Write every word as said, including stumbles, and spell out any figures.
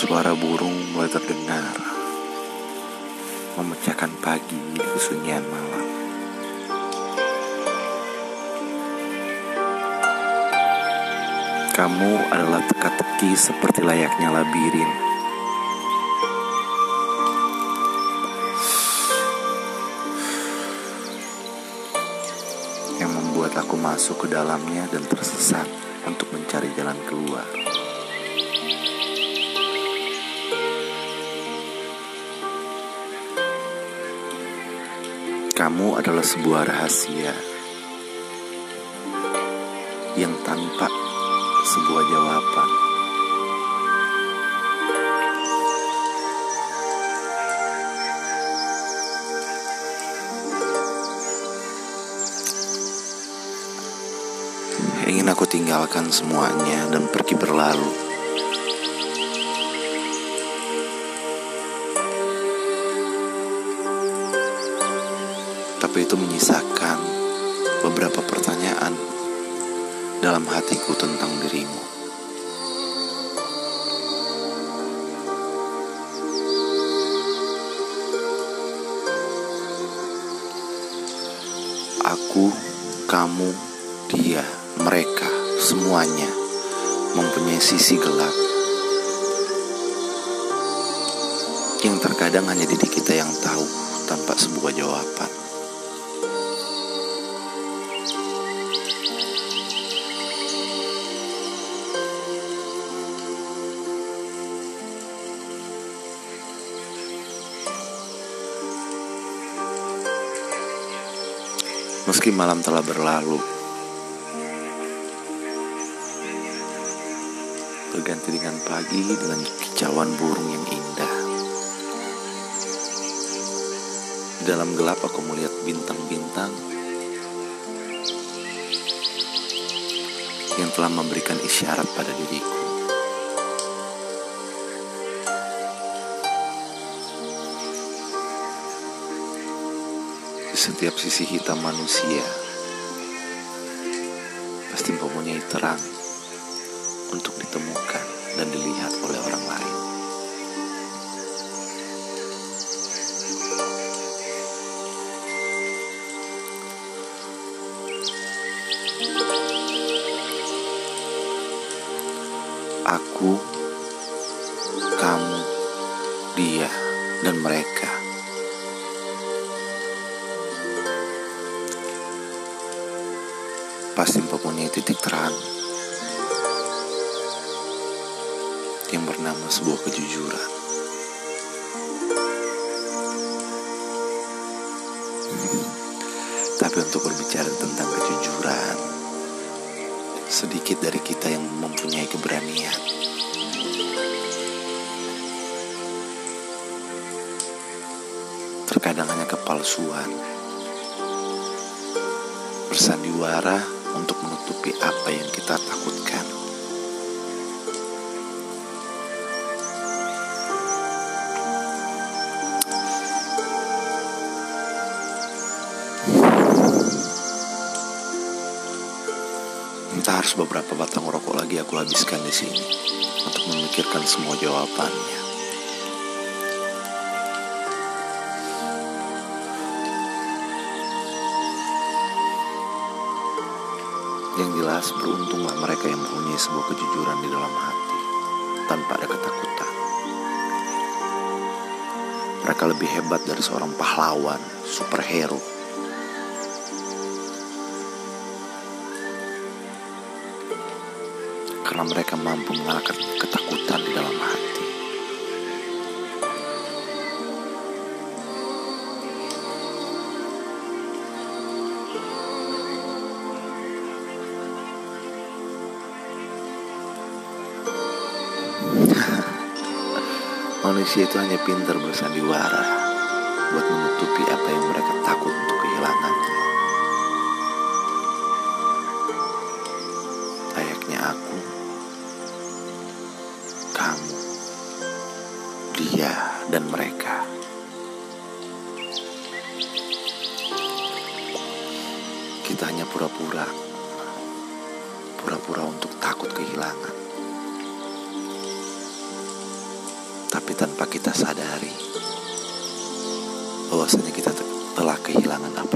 Suara burung mulai terdengar, memecahkan pagi di kesunyian malam. Kamu adalah teka-teki seperti layaknya labirin. Yang membuat aku masuk ke dalamnya dan tersesat untuk mencari jalan keluar. Kamu adalah sebuah rahasia yang tanpa sebuah jawaban. Ingin aku tinggalkan semuanya dan pergi berlalu. Tapi itu menyisakan beberapa pertanyaan dalam hatiku tentang dirimu. Aku, kamu, dia, mereka, semuanya mempunyai sisi gelap yang terkadang hanya diri kita yang tahu tanpa sebuah jawaban. Meski malam telah berlalu, berganti dengan pagi dengan kicauan burung yang indah. Di dalam gelap aku melihat bintang-bintang yang telah memberikan isyarat pada diriku. Di setiap sisi hitam manusia pasti mempunyai terang untuk ditemukan dan dilihat oleh orang lain. Aku, kamu, dia, dan mereka pasti mempunyai titik terang yang bernama sebuah kejujuran. Tapi untuk berbicara tentang kejujuran, sedikit dari kita yang mempunyai keberanian. Terkadang hanya kepalsuan, bersandiwara untuk menutupi apa yang kita takutkan. Entah harus beberapa batang rokok lagi aku habiskan di sini untuk memikirkan semua jawabannya. Yang jelas, beruntunglah mereka yang mempunyai sebuah kejujuran di dalam hati tanpa ada ketakutan. Mereka lebih hebat dari seorang pahlawan, superhero. Karena mereka mampu mengalahkan ketakutan di dalam hati. Manusia itu hanya pintar bersandiwara buat menutupi apa yang mereka takut untuk kehilangannya. Layaknya aku, kamu, dia, dan mereka. Kita hanya pura-pura, pura-pura untuk takut kehilangan. Tapi tanpa kita sadari bahwasanya kita telah kehilangan apa